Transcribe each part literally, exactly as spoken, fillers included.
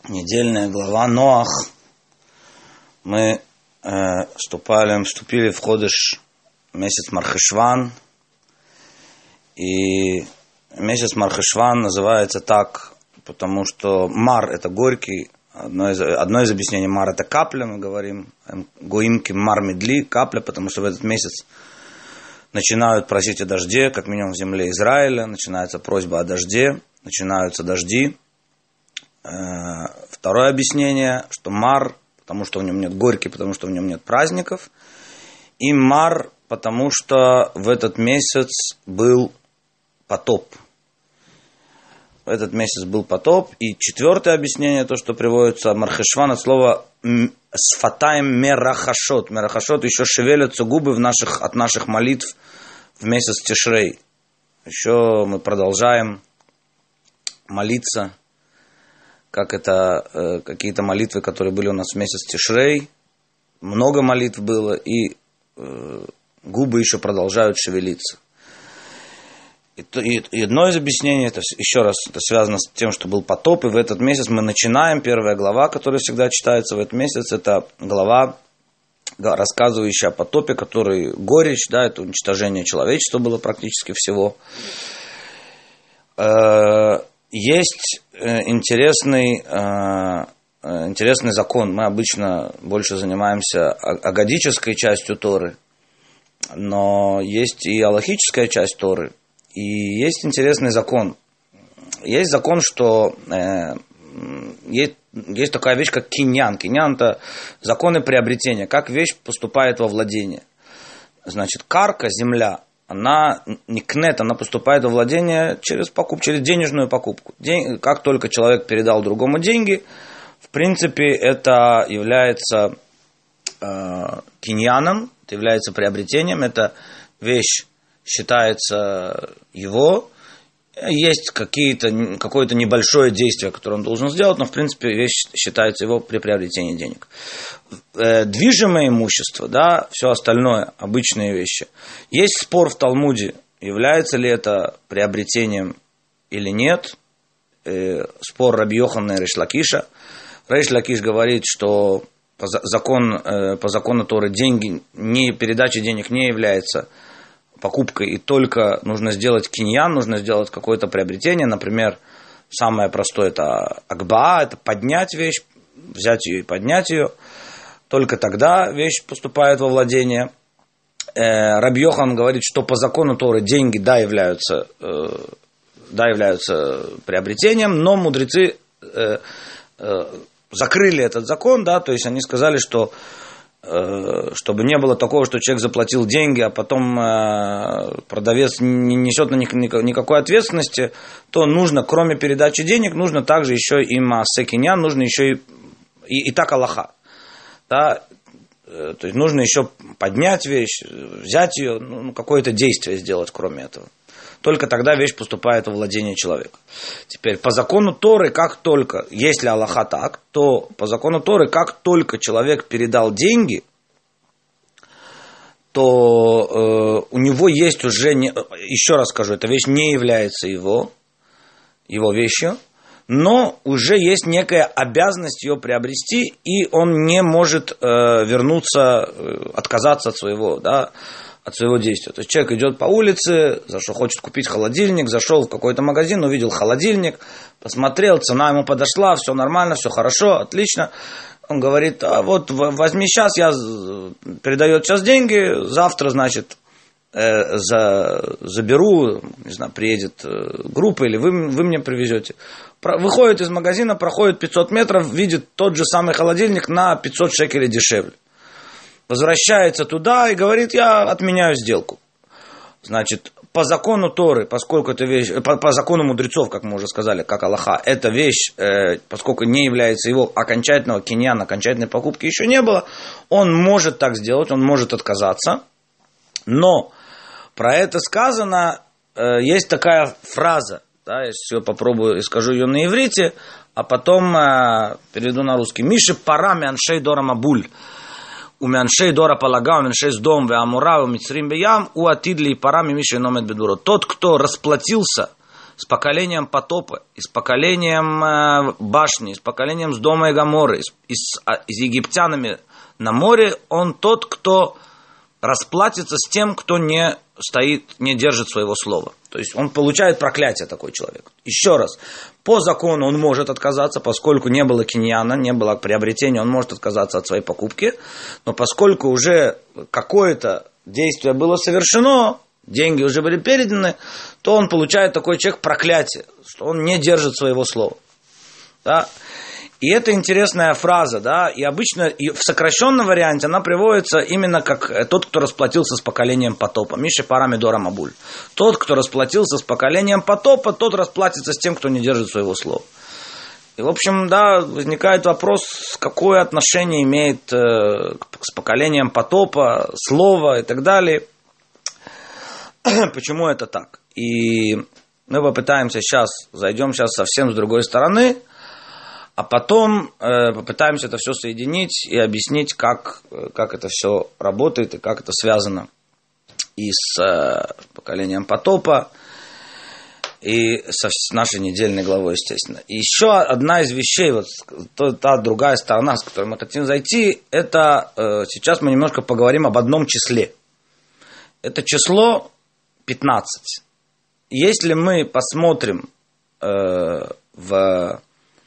недельная глава Ноах. Мы э, вступали, вступили в ходыш месяц Мархешван. И месяц Мархешван называется так, потому что Мар — это горький. Одно из, одно из объяснений — Мар — это капля, мы говорим. Гоимки Мар медли, капля, потому что в этот месяц начинают просить о дожде, как минимум в земле Израиля. Начинается просьба о дожде, начинаются дожди. Второе объяснение, что Мар, потому что в нем нет горький, потому что в нем нет праздников. И Мар, потому что в этот месяц был потоп. В этот месяц был потоп. И четвертое объяснение, то, что приводится Мархешван, от слова сфатаем мерахашот. Мерахашот, еще шевелятся губы в наших, от наших молитв в месяц Тишрей. Еще мы продолжаем молиться, как это э, какие-то молитвы, которые были у нас в месяц Тишрей. Много молитв было, и э, губы еще продолжают шевелиться. И, и, и одно из объяснений, это еще раз, это связано с тем, что был потоп, и в этот месяц мы начинаем, первая глава, которая всегда читается в этот месяц, это глава, рассказывающая о потопе, который горечь, да, это уничтожение человечества было практически всего. Э, есть интересный, интересный закон. Мы обычно больше занимаемся агадической частью Торы, но есть и алахическая часть Торы. И есть интересный закон. Есть закон, что э, есть, есть такая вещь, как киньян. Киньян — это законы приобретения. Как вещь поступает во владение. Значит, карка, земля, она не кнет, она поступает во владение через покупку, через денежную покупку. День, как только человек передал другому деньги, в принципе, это является э, киньяном, это является приобретением, эта вещь считается его. Есть какие-то, какое-то небольшое действие, которое он должен сделать, но, в принципе, вещь считается его при приобретении денег. Э, движимое имущество, да, все остальное, обычные вещи. Есть спор в Талмуде, является ли это приобретением или нет. Э, спор Раби Йоханана и Рейш Лакиша. Рейш Лакиш говорит, что по, закон, э, по закону Торы деньги, не, передача денег не является покупкой, и только нужно сделать киньян, нужно сделать какое-то приобретение. Например, самое простое — это акбаа, это поднять вещь, взять ее и поднять ее. Только тогда вещь поступает во владение. Э, Раби Йохан говорит, что по закону Торы деньги, да, являются, э, да, являются приобретением, но мудрецы э, э, закрыли этот закон, да, то есть они сказали, что чтобы не было такого, что человек заплатил деньги, а потом э, продавец не несет на них никакой ответственности, то нужно, кроме передачи денег, нужно также еще и маасе киньян, нужно еще и, и, и так алаха. Да? То есть нужно еще поднять вещь, взять ее, ну, какое-то действие сделать, кроме этого. Только тогда вещь поступает во владение человека. Теперь, по закону Торы, как только, если алаха так, то по закону Торы, как только человек передал деньги, то э, у него есть уже, не, еще раз скажу, эта вещь не является его, его вещью, но уже есть некая обязанность ее приобрести, и он не может э, вернуться, э, отказаться от своего, да, от своего действия. То есть человек идет по улице, зашел, хочет купить холодильник, зашел в какой-то магазин, увидел холодильник, посмотрел, цена ему подошла, все нормально, все хорошо, отлично. Он говорит: а вот возьми сейчас, я передает сейчас деньги, завтра, значит, э, за, заберу, не знаю, приедет группа, или вы, вы мне привезете. Про, выходит из магазина, проходит пятьсот метров, видит тот же самый холодильник на пятьсот шекелей дешевле. Возвращается туда и говорит: я отменяю сделку. Значит, по закону Торы, поскольку это вещь, по, по закону мудрецов, как мы уже сказали, как алаха, эта вещь, э, поскольку не является его окончательного киньяна, окончательной покупки еще не было, он может так сделать, он может отказаться. Но про это сказано, э, есть такая фраза, да, я сейчас попробую и скажу ее на иврите, а потом э, переведу на русский. Миши парами аншей дора мабуль. Умяншей дора полага, умяншей сдом, веамура, умицрим беям, уатидли и парами миши номет бедуро. Тот, кто расплатился с поколением потопа, и с поколением э, башни, и с поколением Сдома и Гоморры, и с, и с, а, и с египтянами на море, он тот, кто расплатится с тем, кто не стоит, не держит своего слова. То есть он получает проклятие, такой человек. Еще раз, по закону он может отказаться, поскольку не было киньяна, не было приобретения, он может отказаться от своей покупки, но поскольку уже какое-то действие было совершено, деньги уже были переданы, то он получает, такой человек, проклятие, что он не держит своего слова. Да? И это интересная фраза, да, и обычно и в сокращенном варианте она приводится именно как тот, кто расплатился с поколением потопа. Миша Парами Дора Мабуль. Тот, кто расплатился с поколением потопа, тот расплатится с тем, кто не держит своего слова. И, в общем, да, возникает вопрос, какое отношение имеет э, с поколением потопа, слово и так далее. Почему это так? И мы попытаемся сейчас, зайдем сейчас совсем с другой стороны, а потом э, попытаемся это все соединить и объяснить, как, как это все работает и как это связано и с э, поколением потопа, и со нашей недельной главой, естественно. И еще одна из вещей, вот та, та другая сторона, с которой мы хотим зайти, это э, сейчас мы немножко поговорим об одном числе. Это число пятнадцать. Если мы посмотрим э, в...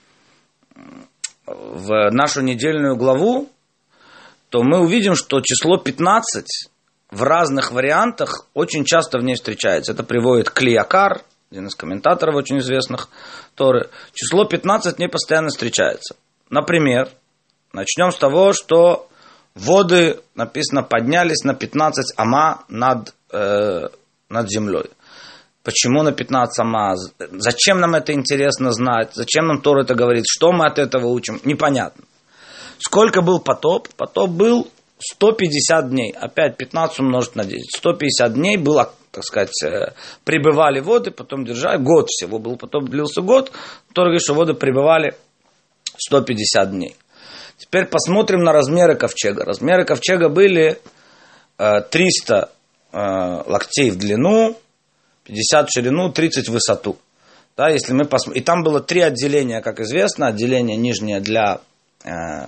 в нашу недельную главу, то мы увидим, что число пятнадцать в разных вариантах очень часто в ней встречается. Это приводит Клиакар, один из комментаторов очень известных Торы. Число пятнадцать в ней постоянно встречается. Например, начнем с того, что воды, написано, поднялись на пятнадцать ама над, э, над землей. Почему на пятнадцать ама? Зачем нам это интересно знать? Зачем нам Тора это говорит? Что мы от этого учим? Непонятно. Сколько был потоп? Потоп был сто пятьдесят дней. Опять пятнадцать умножить на десять. сто пятьдесят дней было, так сказать, прибывали воды, потом держали. Год всего был. Потоп длился год. Тора говорит, что воды прибывали сто пятьдесят дней. Теперь посмотрим на размеры ковчега. Размеры ковчега были триста локтей в длину, пятьдесят в ширину, тридцать в высоту. Да, если мы посмотрим. И там было три отделения, как известно. Отделение нижнее для э,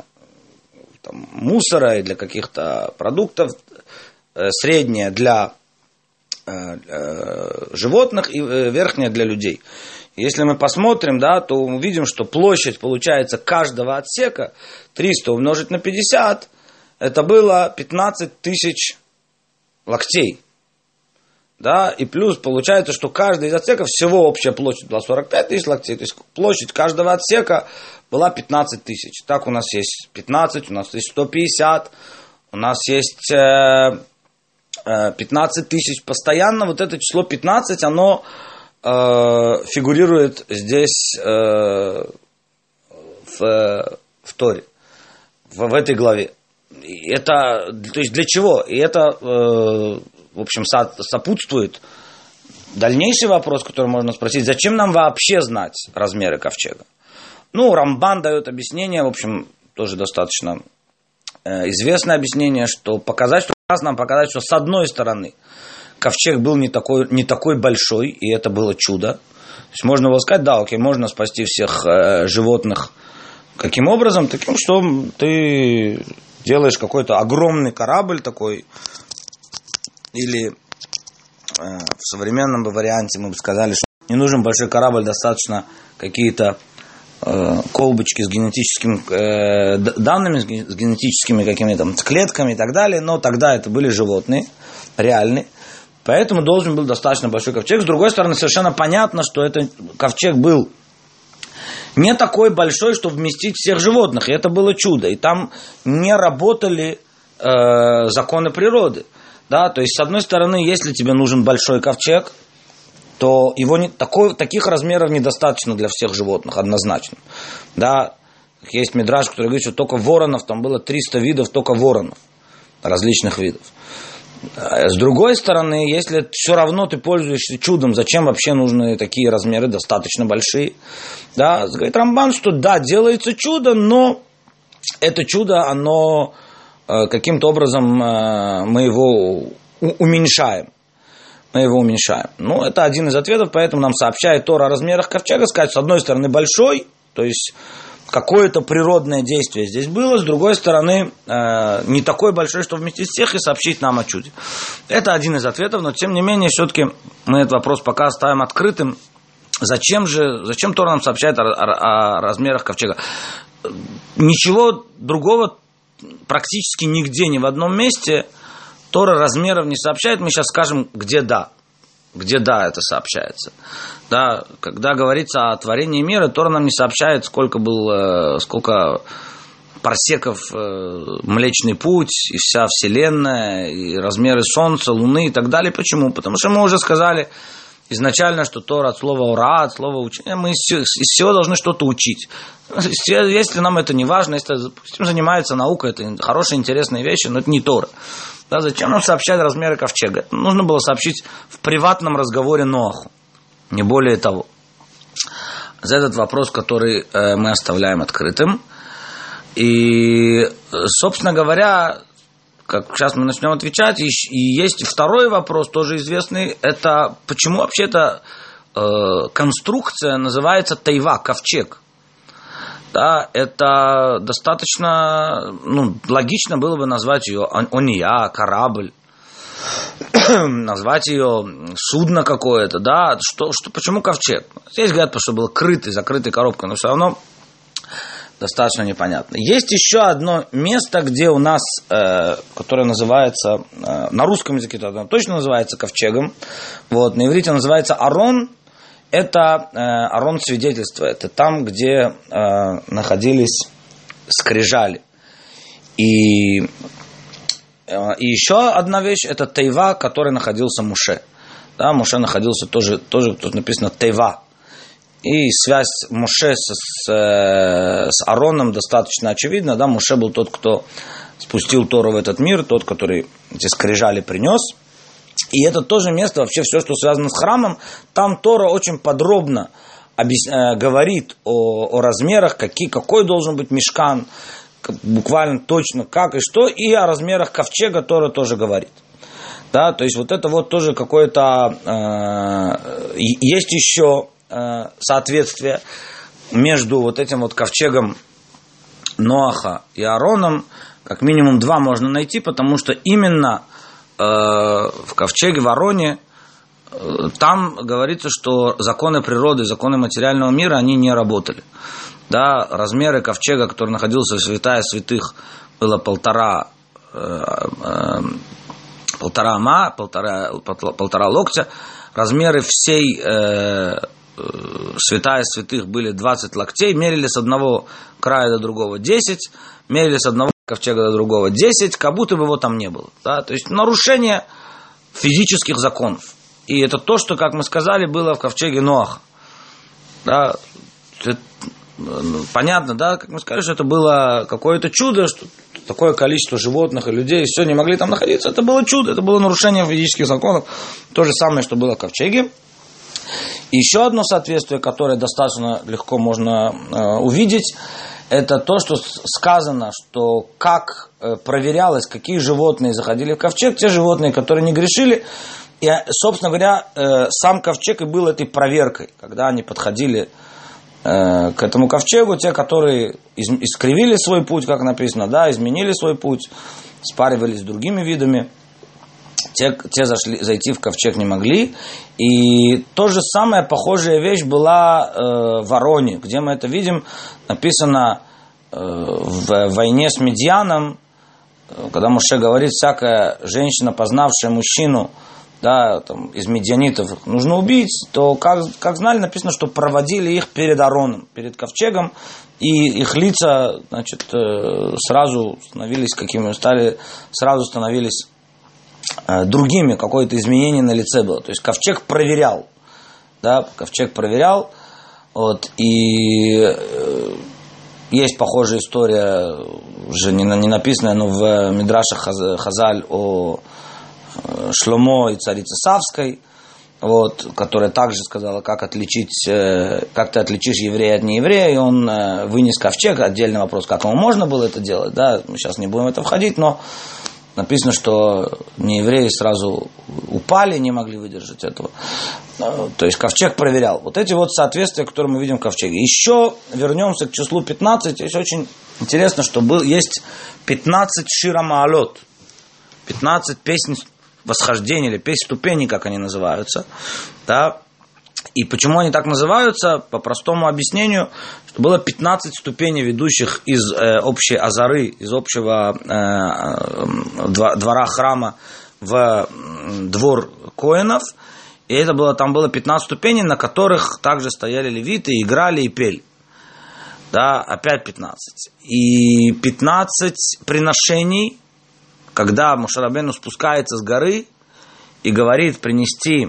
там, мусора и для каких-то продуктов. Э, среднее для э, э, животных и э, верхнее для людей. Если мы посмотрим, да, то увидим, что площадь, получается, каждого отсека триста умножить на пятьдесят, это было пятнадцать тысяч локтей. Да, и плюс получается, что каждый из отсеков, всего общая площадь была сорок пять тысяч локтей, то есть площадь каждого отсека была пятнадцать тысяч. Так у нас есть пятнадцать, у нас есть сто пятьдесят, у нас есть э, э, пятнадцать тысяч. Постоянно вот это число пятнадцать, оно э, фигурирует здесь э, в, в Торе, в, в этой главе. И это, то есть для чего? И это... Э, в общем, сопутствует дальнейший вопрос, который можно спросить, зачем нам вообще знать размеры ковчега? Ну, Рамбан дает объяснение, в общем, тоже достаточно э, известное объяснение, что показать, что раз нам показать, что с одной стороны ковчег был не такой, не такой большой, и это было чудо. То есть можно было сказать, да, окей, можно спасти всех э, животных. Каким образом? Таким, что ты делаешь какой-то огромный корабль такой. Или э, в современном варианте мы бы сказали, что не нужен большой корабль, достаточно какие-то э, колбочки с генетическими э, данными, с генетическими какими-то клетками и так далее. Но тогда это были животные, реальные. Поэтому должен был достаточно большой ковчег. С другой стороны, совершенно понятно, что этот ковчег был не такой большой, чтобы вместить всех животных. И это было чудо. И там не работали э, законы природы. Да, то есть, с одной стороны, если тебе нужен большой ковчег, то его не, такой, таких размеров недостаточно для всех животных, однозначно. Да, есть мидраш, который говорит, что только воронов, там было триста видов только воронов, различных видов. С другой стороны, если все равно ты пользуешься чудом, зачем вообще нужны такие размеры, достаточно большие? Да, говорит Рамбан, что да, делается чудо, но это чудо, оно... каким-то образом мы его уменьшаем. мы его уменьшаем. Ну, это один из ответов, поэтому нам сообщает Тора о размерах ковчега, сказать, с одной стороны, большой, то есть какое-то природное действие здесь было, с другой стороны, э, не такой большой, что вместить всех и сообщить нам о чуде. Это один из ответов, но тем не менее, все-таки мы этот вопрос пока оставим открытым. Зачем же, зачем Тора нам сообщает о, о, о размерах ковчега? Ничего другого практически нигде, ни в одном месте Тора размеров не сообщает. Мы сейчас скажем, где да. Где да, это сообщается. Да, когда говорится о творении мира, Тора нам не сообщает, сколько было, сколько парсеков Млечный Путь, и вся Вселенная, и размеры Солнца, Луны и так далее. Почему? Потому что мы уже сказали изначально, что Тора от слова «ура», от слова «учение», мы из всего должны что-то учить. Если нам это не важно, если, допустим, занимается наукой, это хорошие, интересные вещи, но это не Тора. Да, зачем нам сообщать размеры ковчега? Это нужно было сообщить в приватном разговоре Ноаху, не более того. За этот вопрос, который э, мы оставляем открытым. И, собственно говоря, как сейчас мы начнем отвечать, и, и есть второй вопрос, тоже известный, это почему вообще эта э, конструкция называется тайва, ковчег. Да, это достаточно, ну, логично было бы назвать ее ония, корабль, назвать ее судно какое-то, да, что, что, почему ковчег? Здесь говорят, что был крытый, закрытый коробкой, но все равно достаточно непонятно. Есть еще одно место, где у нас, э, которое называется, э, на русском языке это точно называется ковчегом, вот, на иврите называется Арон. Это э, Арон свидетельства, это там, где э, находились скрижали. И, э, и еще одна вещь, это Тейва, в которой находился Муше. Да, Муше находился тоже, тоже тут написано Тейва. И связь Муше с, с, с Ароном достаточно очевидна. Да? Муше был тот, кто спустил Тору в этот мир, тот, который эти скрижали принес. И это тоже место, вообще все, что связано с храмом, там Тора очень подробно объяс... говорит о, о размерах, какие, какой должен быть мишкан, буквально точно как и что, и о размерах ковчега Тора тоже говорит. Да, то есть вот это вот тоже какое-то... Э, есть еще э, соответствие между вот этим вот ковчегом Ноаха и Аароном, как минимум два можно найти, потому что именно в ковчеге в Аароне там говорится, что законы природы, законы материального мира, они не работали. Да, размеры ковчега, который находился в святая святых, было полтора полтора ама, полтора, полтора локтя. Размеры всей э, святая святых были двадцать локтей. Мерили с одного края до другого десять. Мерили с одного ковчега до другого десять, как будто бы его там не было. Да? То есть нарушение физических законов. И это то, что, как мы сказали, было в ковчеге Ноаха. Да? Это, понятно, да, как мы сказали, что это было какое-то чудо, что такое количество животных и людей, все не могли там находиться. Это было чудо, это было нарушение физических законов. То же самое, что было в ковчеге. И еще одно соответствие, которое достаточно легко можно э, увидеть, это то, что сказано, что как проверялось, какие животные заходили в ковчег, те животные, которые не грешили. И, собственно говоря, сам ковчег и был этой проверкой, когда они подходили к этому ковчегу, те, которые искривили свой путь, как написано, да, изменили свой путь, спаривались с другими видами, те, те зашли, зайти в ковчег не могли. И то же самое, похожая вещь была э, в Аароне, где мы это видим, написано э, в войне с Медьяном, э, когда Моше говорит, всякая женщина, познавшая мужчину, да, там, из медианитов нужно убить, то, как, как знали, написано, что проводили их перед Аароном, перед ковчегом, и их лица, значит, э, сразу становились какими стали, сразу становились другими, какое-то изменение на лице было. То есть ковчег проверял. Да, ковчег проверял. Вот, и э, есть похожая история, уже не, не написанная, но в Мидраше Хазаль о Шломо и царице Савской, вот, которая также сказала, как отличить, э, как ты отличишь еврея от нееврея, и он э, вынес ковчег. Отдельный вопрос, как ему можно было это делать, да, мы сейчас не будем в это входить, но написано, что неевреи сразу упали, не могли выдержать этого. То есть ковчег проверял. Вот эти вот соответствия, которые мы видим в ковчеге. Еще вернемся к числу пятнадцать. Здесь очень интересно, что был, есть пятнадцать шира маалот. пятнадцать песен восхождения или песен ступеней, как они называются. Да? И почему они так называются? По простому объяснению, что было пятнадцать ступеней, ведущих из э, общей азары, из общего э, двора храма в двор коэнов. И это было, там было пятнадцать ступеней, на которых также стояли левиты, играли и пели. Да, опять пятнадцать. И пятнадцать приношений, когда Моше Рабейну спускается с горы и говорит принести,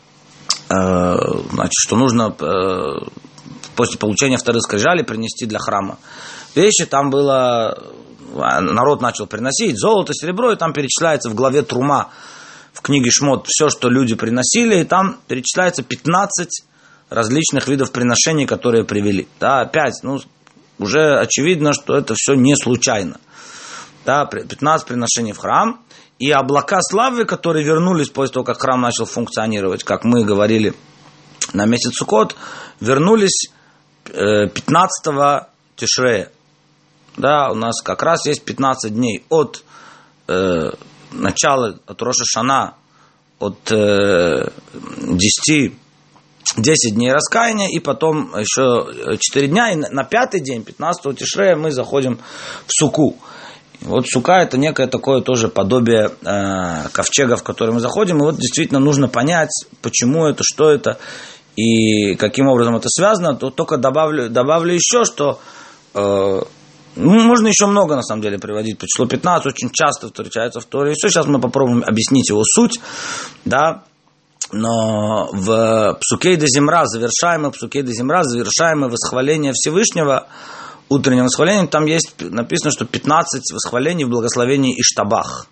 э, значит, что нужно э, после получения вторых скрижалей принести для храма вещи, там было, народ начал приносить золото, серебро, и там перечисляется в главе Трума, в книге Шмот, все, что люди приносили, и там перечисляется пятнадцать различных видов приношений, которые привели. Да, опять, ну, уже очевидно, что это все не случайно. Да, пятнадцать приношений в храм, и облака славы, которые вернулись после того, как храм начал функционировать, как мы говорили на месяц Суккот, вернулись пятнадцатого Тишрея. Да, у нас как раз есть пятнадцать дней от э, начала, от Роша Шана, от э, десяти, десять дней раскаяния, и потом еще четыре дня, и на пятый день, пятнадцатого Тишрея, мы заходим в Суку. Вот Сука — это некое такое тоже подобие э, ковчега, в который мы заходим, и вот действительно нужно понять, почему это, что это, и каким образом это связано. То только добавлю, добавлю еще, что э, ну, можно еще много, на самом деле, приводить. По числу пятнадцать очень часто встречается в Торе. И все, сейчас мы попробуем объяснить его суть. Да? Но в Псукей де Зимра, завершаемый Псукей де Зимра, завершаемое восхваление Всевышнего, утренним восхвалением, там есть написано, что пятнадцать восхвалений в благословении Иштабах.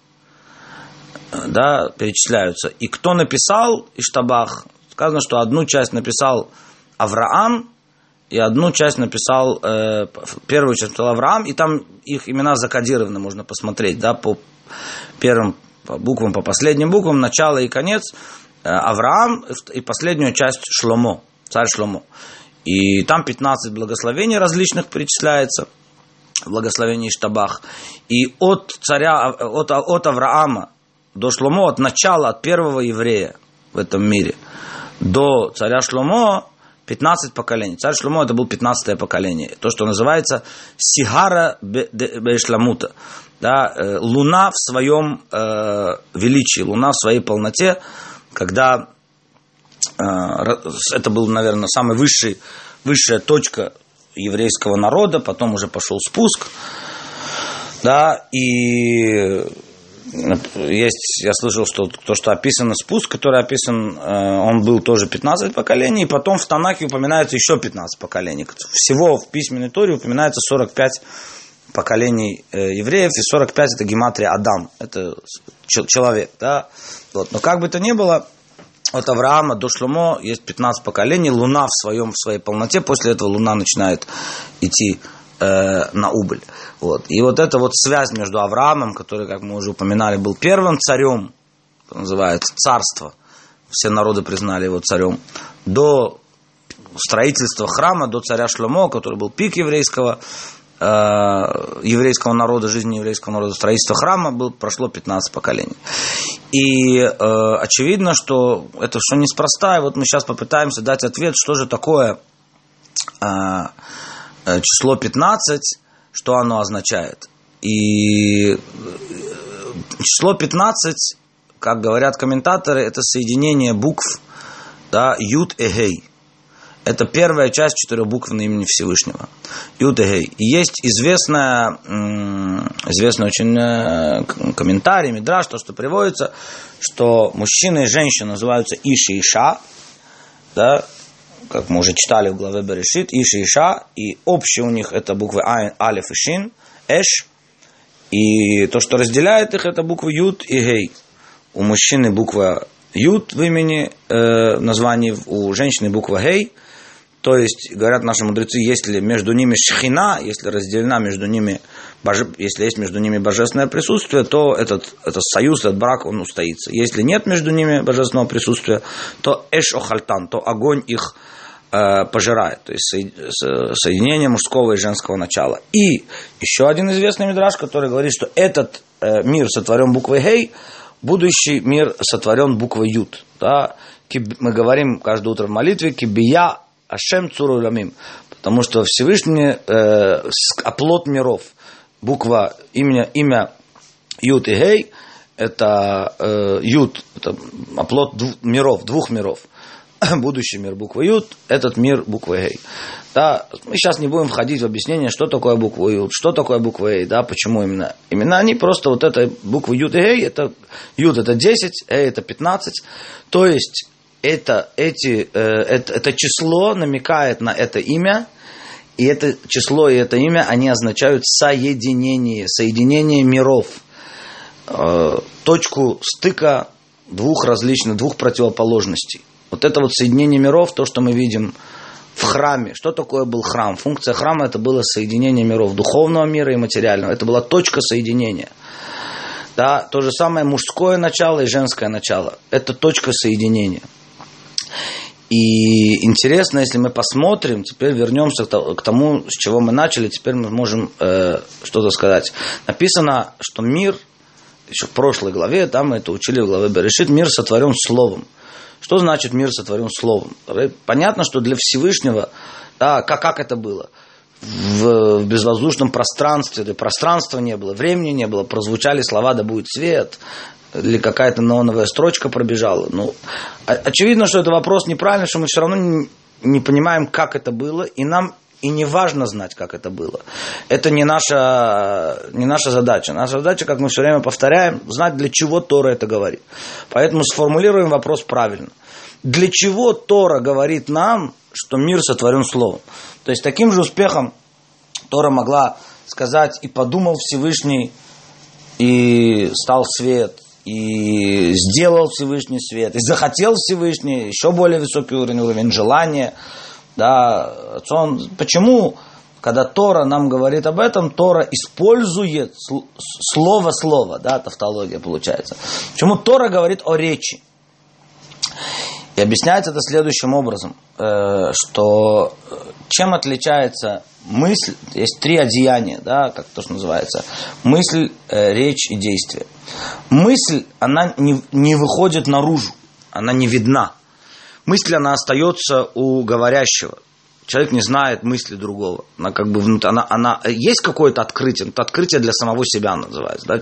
Да, перечисляются. И кто написал Иштабах? Сказано, что одну часть написал Авраам, и одну часть написал, э, первую часть написал Авраам, и там их имена закодированы, можно посмотреть, да, по первым по буквам, по последним буквам, начало и конец, э, Авраам, и последнюю часть Шломо, царь Шломо. И там пятнадцать благословений различных перечисляется, благословений Иштабах. И от царя, от, от Авраама до Шломо, от начала, от первого еврея в этом мире, до царя Шломо, пятнадцать поколений. Царь Шломо — это был пятнадцатое поколение. То, что называется Сихара Бешламута. Да, э, луна в своем э, величии, луна в своей полноте, когда э, это был, наверное, самая высшая, высшая точка еврейского народа, потом уже пошел спуск. Да, и есть, я слышал, что то, что описано спуск, который описан, он был тоже пятнадцать поколений, и потом в Танахе упоминается еще пятнадцать поколений. Всего в письменной Торе упоминается сорок пять поколений евреев, и сорок пять это гематрия Адам, это человек. Да? Вот. Но как бы то ни было, от Авраама до Шломо есть пятнадцать поколений, луна в, своем, в своей полноте, после этого луна начинает идти на убыль. Вот. И вот эта вот связь между Авраамом, который, как мы уже упоминали, был первым царем, называется царство, все народы признали его царем, до строительства храма, до царя Шломо, который был пик еврейского, э, еврейского народа, жизни еврейского народа, строительства храма, был, прошло пятнадцать поколений. И э, очевидно, что это все неспроста, и вот мы сейчас попытаемся дать ответ, что же такое э, число пятнадцать, что оно означает. И число пятнадцать, как говорят комментаторы, это соединение букв, да, Юд и Гей. Это первая часть четырехбуквенного имени Всевышнего. Юд и Гей. И есть известная, известный очень комментарий, мидраш, то, что приводится, что мужчина и женщина называются Иш и Иша, да, как мы уже читали в главе Берешит, Иш и Иша, и общие у них это буквы Айн, Алеф и Шин, Эш, и то, что разделяет их, это буквы Юд и Гей. У мужчины буква Юд в имени, э, названии, у женщины буква Гей, То есть, говорят наши мудрецы, если между ними шхина, если разделена между ними, боже, если есть между ними божественное присутствие, то этот, этот союз, этот брак, он устоится. Если нет между ними божественного присутствия, то эш охальтан, то огонь их э, пожирает. То есть со, соединение мужского и женского начала. И еще один известный мидраш, который говорит, что этот э, мир сотворен буквой гей, будущий мир сотворен буквой ют. Да? Мы говорим каждое утро в молитве «Кибия Ашем Цуру Ламим», потому что Всевышний э, оплот миров, буква, имя, имя Ют и Гей, это э, Ют, это оплот двух миров, двух миров. Будущий мир буква Ют, этот мир буква Гей. Да, мы сейчас не будем входить в объяснение, что такое буква Ют, что такое буква Гей, да, почему именно. Именно они просто вот это буквы Ют и Гей, это Ют это десять, Гей это пятнадцать, то есть Это, эти, э, это, это число намекает на это имя, и это число и это имя, они означают соединение, соединение миров, э, точку стыка двух различных, двух противоположностей. Вот это вот соединение миров, то, что мы видим в храме. Что такое был храм? Функция храма это было соединение миров, духовного мира и материального. Это была точка соединения. Да, то же самое мужское начало и женское начало. Это точка соединения. И интересно, если мы посмотрим, теперь вернемся к тому, с чего мы начали, теперь мы можем э, что-то сказать. Написано, что мир, еще в прошлой главе, там мы это учили в главе Берешит, мир сотворен словом. Что значит мир сотворен словом? Понятно, что для Всевышнего, да, как, как это было? В, в безвоздушном пространстве, где пространства не было, времени не было, прозвучали слова «да будет свет», или какая-то неоновая строчка пробежала. Ну, очевидно, что это вопрос неправильный, что мы все равно не, не понимаем, как это было, и нам и не важно знать, как это было. Это не наша, не наша задача. Наша задача, как мы все время повторяем, знать, для чего Тора это говорит. Поэтому сформулируем вопрос правильно. Для чего Тора говорит нам, что мир сотворен словом? То есть таким же успехом Тора могла сказать: и подумал Всевышний, и стал свет, и сделал Всевышний свет, и захотел Всевышний, еще более высокий уровень, уровень желания. Да, он, почему, когда Тора нам говорит об этом, Тора использует слово-слово, да, тавтология получается. Почему Тора говорит о речи? И объясняется это следующим образом, что чем отличается мысль, есть три одеяния, да, как то, что называется, мысль, речь и действие. Мысль, она не, не выходит наружу, она не видна. Мысль, она остается у говорящего. Человек не знает мысли другого. Она как бы внутри, она, она, есть какое-то открытие, это открытие для самого себя называется. Да?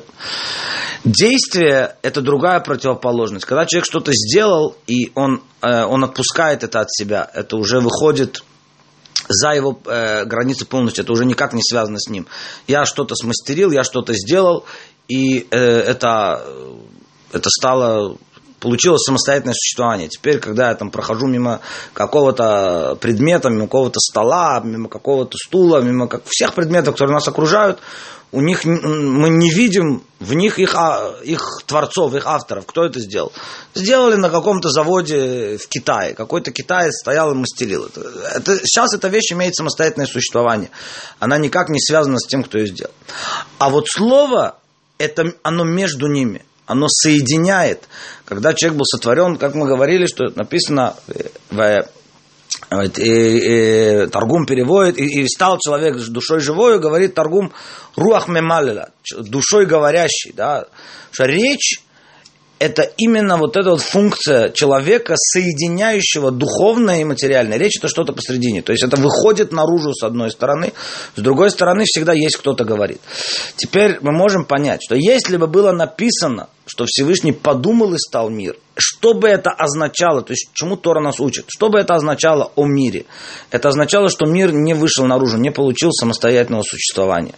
Действие – это другая противоположность. Когда человек что-то сделал, и он, э, он отпускает это от себя, это уже выходит за его э, границы полностью, это уже никак не связано с ним. Я что-то смастерил, я что-то сделал, и э, это, это стало... получилось самостоятельное существование. Теперь, когда я там прохожу мимо какого-то предмета, мимо какого-то стола, мимо какого-то стула, мимо как... всех предметов, которые нас окружают, у них мы не видим в них их, их творцов, их авторов. Кто это сделал? Сделали на каком-то заводе в Китае. Какой-то китаец стоял и мастерил. Это, это, сейчас эта вещь имеет самостоятельное существование. Она никак не связана с тем, кто ее сделал. А вот слово, это, оно между ними. Оно соединяет. Когда человек был сотворен, как мы говорили, что написано, в, и, и, Таргум переводит, и, и стал человек с душой живой, говорит Таргум руах мемалеля, душой говорящий. Да? Что речь это именно вот эта вот функция человека, соединяющего духовное и материальное. Речь это что-то посредине. То есть это выходит наружу с одной стороны, с другой стороны всегда есть кто-то говорит. Теперь мы можем понять, что если бы было написано, что Всевышний подумал и стал мир, что бы это означало, то есть чему Тора нас учит, что бы это означало о мире? Это означало, что мир не вышел наружу, не получил самостоятельного существования.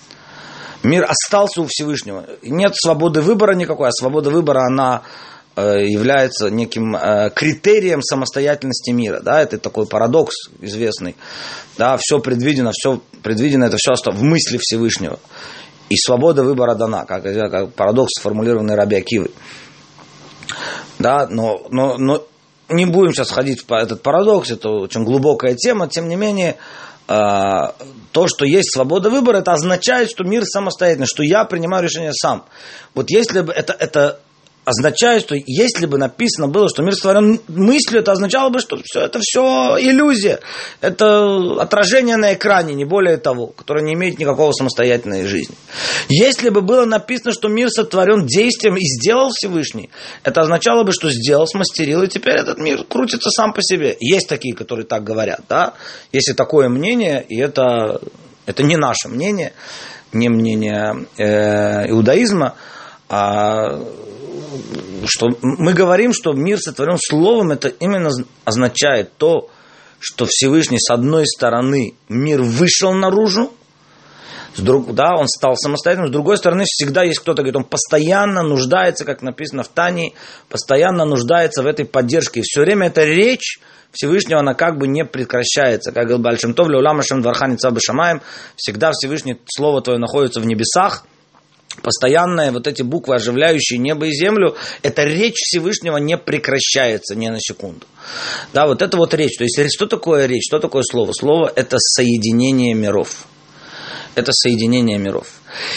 Мир остался у Всевышнего. Нет свободы выбора никакой, а свобода выбора, она э, является неким э, критерием самостоятельности мира. Да? Это такой парадокс известный. Да? Все предвидено, все предвидено, это все в мысли Всевышнего. И свобода выбора дана, как, как парадокс, сформулированный Раби Акивой. Да? Но, но, но не будем сейчас входить в этот парадокс, это очень глубокая тема, тем не менее, то, что есть свобода выбора, это означает, что мир самостоятельный, что я принимаю решение сам. Вот если бы это, это означает, что если бы написано было, что мир сотворен мыслью, это означало бы, что все, это все иллюзия. Это отражение на экране, не более того, которое не имеет никакого самостоятельной жизни. Если бы было написано, что мир сотворен действием и сделал Всевышний, это означало бы, что сделал, смастерил, и теперь этот мир крутится сам по себе. Есть такие, которые так говорят, да? Есть и такое мнение, и это, это не наше мнение, не мнение э, иудаизма, а что мы говорим, что мир сотворен словом, это именно означает то, что Всевышний с одной стороны мир вышел наружу, с друг, да, он стал самостоятельным, с другой стороны всегда есть кто-то, говорит, он постоянно нуждается, как написано в Тане, постоянно нуждается в этой поддержке. И все время эта речь Всевышнего, она как бы не прекращается. Как говорил Бааль Шем Тов, «Леулам Ашем дварха ница бешамаим», всегда Всевышний, слово твое находится в небесах. Постоянные вот эти буквы, оживляющие небо и землю, эта речь Всевышнего не прекращается ни на секунду. Да, вот это вот речь. То есть, что такое речь? Что такое слово? Слово – это соединение миров. Это соединение миров.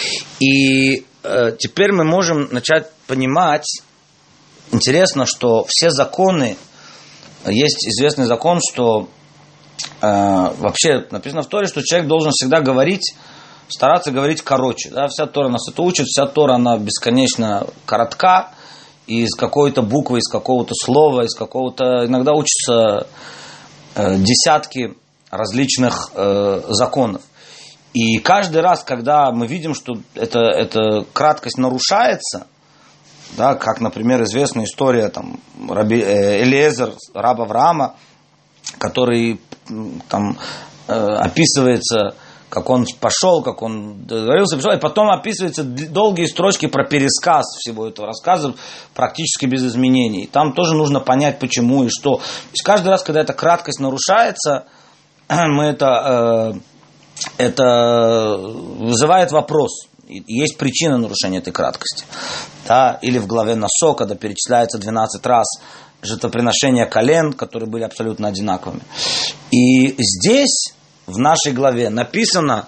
И э, теперь мы можем начать понимать, интересно, что все законы, есть известный закон, что э, вообще написано в Торе, что человек должен всегда говорить, стараться говорить короче. Да? Вся Тора нас это учит, вся Тора, она бесконечно коротка, из какой-то буквы, из какого-то слова, из какого-то... Иногда учатся э, десятки различных э, законов. И каждый раз, когда мы видим, что эта, эта краткость нарушается, да, как, например, известная история там, Раби, э, Элиэзер, раб Авраама, который там э, описывается... как он пошел, как он договорился, пришел, и потом описываются долгие строчки про пересказ всего этого рассказа, практически без изменений. Там тоже нужно понять, почему и что. То есть каждый раз, когда эта краткость нарушается, мы это, э, это вызывает вопрос. И есть причина нарушения этой краткости. Да? Или в главе Насо, когда перечисляется двенадцать раз жертвоприношения колен, которые были абсолютно одинаковыми. И здесь... в нашей главе написано,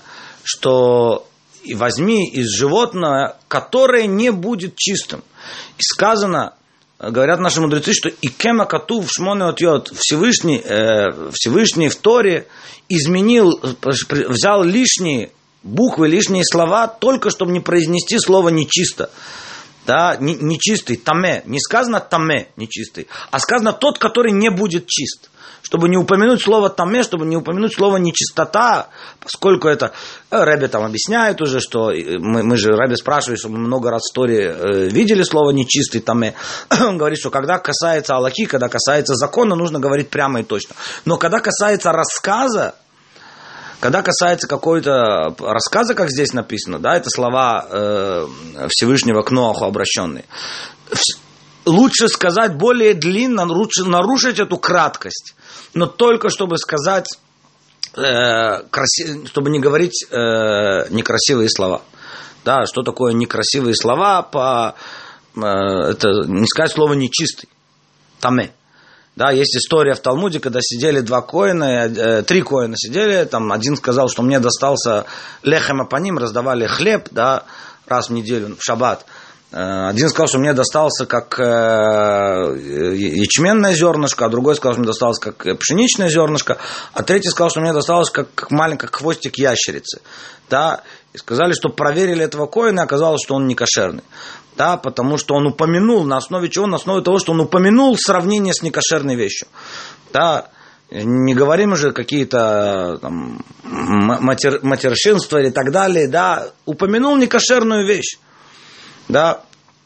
что возьми из животного, которое не будет чистым. И сказано, говорят наши мудрецы, что икема катув шмоне отьот, Всевышний, э, Всевышний в Торе изменил, взял лишние буквы, лишние слова, только чтобы не произнести слово нечисто. Да, нечистый, таме. Не сказано таме, нечистый, а сказано тот, который не будет чист. Чтобы не упомянуть слово таме, чтобы не упомянуть слово нечистота, поскольку это... Ребе там объясняет уже, что мы, мы же, Ребе спрашивает, что мы много раз в Торе э, видели слово нечистый таме. Он говорит, что когда касается алахи, когда касается закона, нужно говорить прямо и точно. Но когда касается рассказа, когда касается какой-то рассказа, как здесь написано, да, это слова э, Всевышнего к Ноаху обращенные, лучше сказать более длинно, лучше нарушить эту краткость, но только чтобы сказать, э, краси, чтобы не говорить э, некрасивые слова. Да, что такое некрасивые слова? По, э, это не сказать слово нечистый, таме. Да, есть история в Талмуде, когда сидели два коэна, э, три коэна сидели, там один сказал, что мне достался лехем апаним, раздавали хлеб, да, раз в неделю, в шаббат. Один сказал, что мне достался как ячменное зернышко, а другой сказал, что мне досталось как пшеничное зернышко, а третий сказал, что мне досталось как, как маленький хвостик ящерицы. Да? И сказали, что проверили этого коэна, и оказалось, что он не кошерный. Да? Потому что он упомянул, на основе чего? На основе того, что он упомянул сравнение с некошерной вещью. Да? Не говорим уже какие-то там, матер, матершинства или так далее. Да? Упомянул некошерную вещь. Да,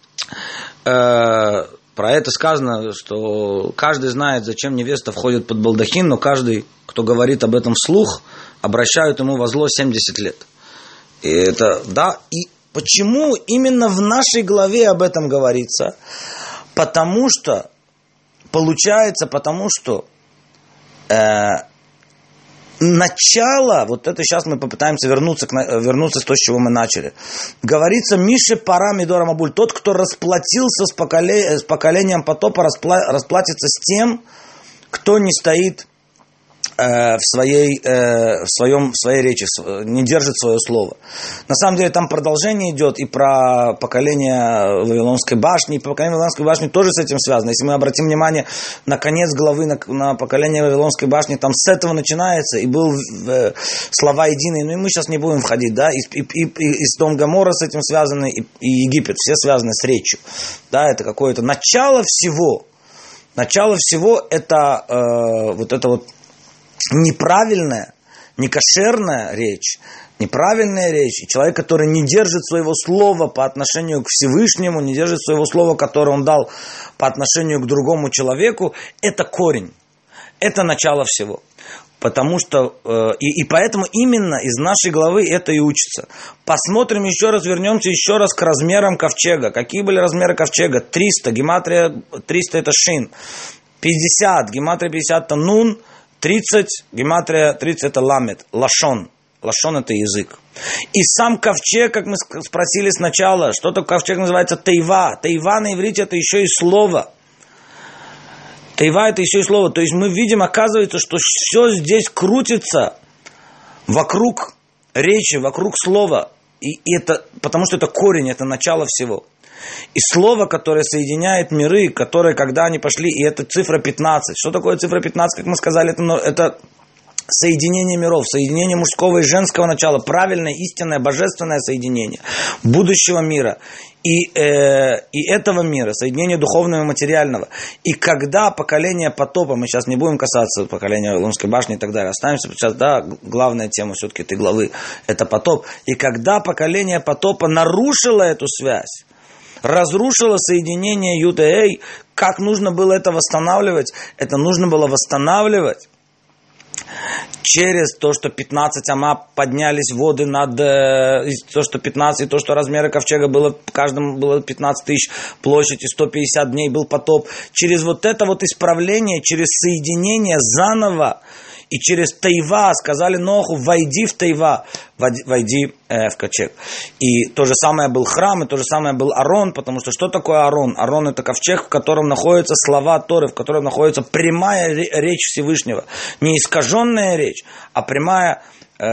э, про это сказано, что каждый знает, зачем невеста входит под балдахин, но каждый, кто говорит об этом вслух, обращают ему во зло семьдесят лет. И это, да, и почему именно в нашей главе об этом говорится? Потому что, получается, потому что э, начало, вот это сейчас мы попытаемся вернуться, к, вернуться с того, с чего мы начали. Говорится, Мише пара Мидора Мабуль, тот, кто расплатился с, поколе, с поколением потопа, распла, расплатится с тем, кто не стоит в своей, в, своем, в своей речи, не держит свое слово. На самом деле там продолжение идет и про поколение Вавилонской башни, и поколение Вавилонской башни тоже с этим связано. Если мы обратим внимание на конец главы, на, на поколение Вавилонской башни, там с этого начинается, и был э, слова единые, ну и мы сейчас не будем входить, да, и, и, и, и Содом Гоморра с этим связаны, и, и Египет, все связаны с речью, да, это какое-то начало всего, начало всего это э, вот это вот неправильная, некошерная речь, неправильная речь, и человек, который не держит своего слова по отношению к Всевышнему, не держит своего слова, которое он дал по отношению к другому человеку, это корень, это начало всего. Потому что, э, и, и поэтому именно из нашей главы это и учится. Посмотрим еще раз, вернемся еще раз к размерам ковчега. Какие были размеры ковчега? триста, гематрия триста это шин, пятьдесят, гематрия пятьдесят это нун, тридцать, гематрия тридцать это ламет, лашон. Лашон это язык. И сам ковчег, как мы спросили сначала, что такое ковчег, называется тейва. Тейва на иврите это еще и слово. Тейва это еще и слово. То есть мы видим, оказывается, что все здесь крутится вокруг речи, вокруг слова. И это, потому что это корень, это начало всего. И слово, которое соединяет миры, которые, когда они пошли, и это цифра пятнадцать. Что такое цифра пятнадцать, как мы сказали, это, это соединение миров, соединение мужского и женского начала, правильное, истинное, божественное соединение будущего мира и, э, и этого мира, соединение духовного и материального. И когда поколение потопа, мы сейчас не будем касаться поколения Вавилонской башни и так далее, останемся сейчас, да, главная тема все-таки этой главы, это потоп. И когда поколение потопа нарушило эту связь, разрушило соединение Ют-Эй, как нужно было это восстанавливать? Это нужно было восстанавливать через то, что пятнадцать ама поднялись воды над, э, то, что пятнадцать, и то, что размеры ковчега было, в каждом было пятнадцать тысяч площадь, и сто пятьдесят дней был потоп. Через вот это вот исправление, через соединение заново, и через Тейва сказали Ноху, войди в Тейва, войди э, в ковчег. И то же самое был храм, и то же самое был Арон, потому что что такое Арон? Арон это ковчег, в котором находятся слова Торы, в котором находится прямая речь Всевышнего. Не искаженная речь, а прямая, э,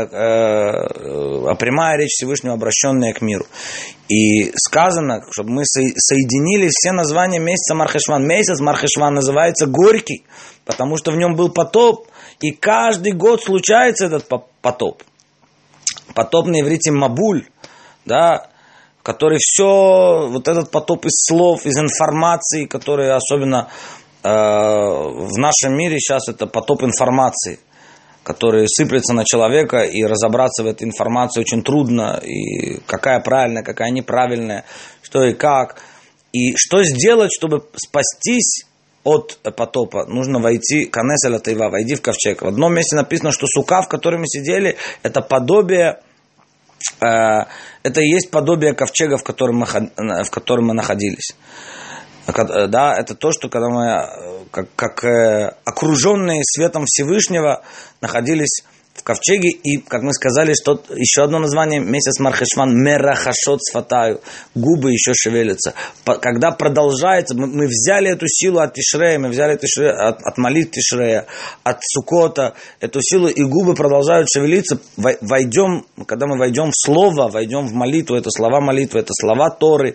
э, а прямая речь Всевышнего, обращенная к миру. И сказано, чтобы мы соединили все названия месяца Мархешван. Месяц Мархешван называется горький, потому что в нем был потоп. И каждый год случается этот потоп. Потоп на иврите мабуль, да, который все, вот этот потоп из слов, из информации, которые особенно э, в нашем мире сейчас это потоп информации, который сыплется на человека, и разобраться в этой информации очень трудно, и какая правильная, какая неправильная, что и как. И что сделать, чтобы спастись от потопа? Нужно войти, канес эля тейва, войди в ковчег. В одном месте написано, что сука, в которой мы сидели, это подобие, э, это и есть подобие ковчега, в котором мы, в котором мы находились. Да, это то, что когда мы, как, как э, окруженные светом Всевышнего, находились в ковчеге, и, как мы сказали, что еще одно название месяц Мархешван, мерахашот сфатаю, губы еще шевелятся. Когда продолжается, мы, мы взяли эту силу от Тишрея, мы взяли эту силу от, от молитв Тишрея, от Сукота, эту силу, и губы продолжают шевелиться. Войдем, когда мы войдем в слово, войдем в молитву, это слова молитвы, это слова Торы,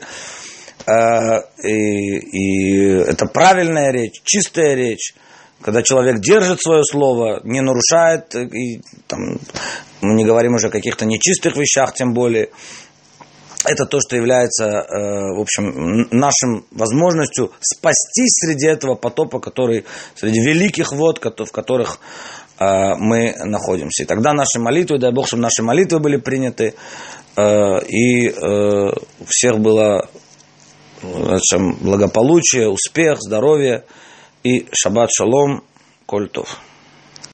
и, и это правильная речь, чистая речь. Когда человек держит свое слово, не нарушает, и там, мы не говорим уже о каких-то нечистых вещах, тем более, это то, что является, э, в общем, нашим возможностью спастись среди этого потопа, который, среди великих вод, в которых э, мы находимся. И тогда наши молитвы, дай Бог, чтобы наши молитвы были приняты, э, и э, у всех было э, благополучие, успех, здоровье, и шаббат шалом, коль тов.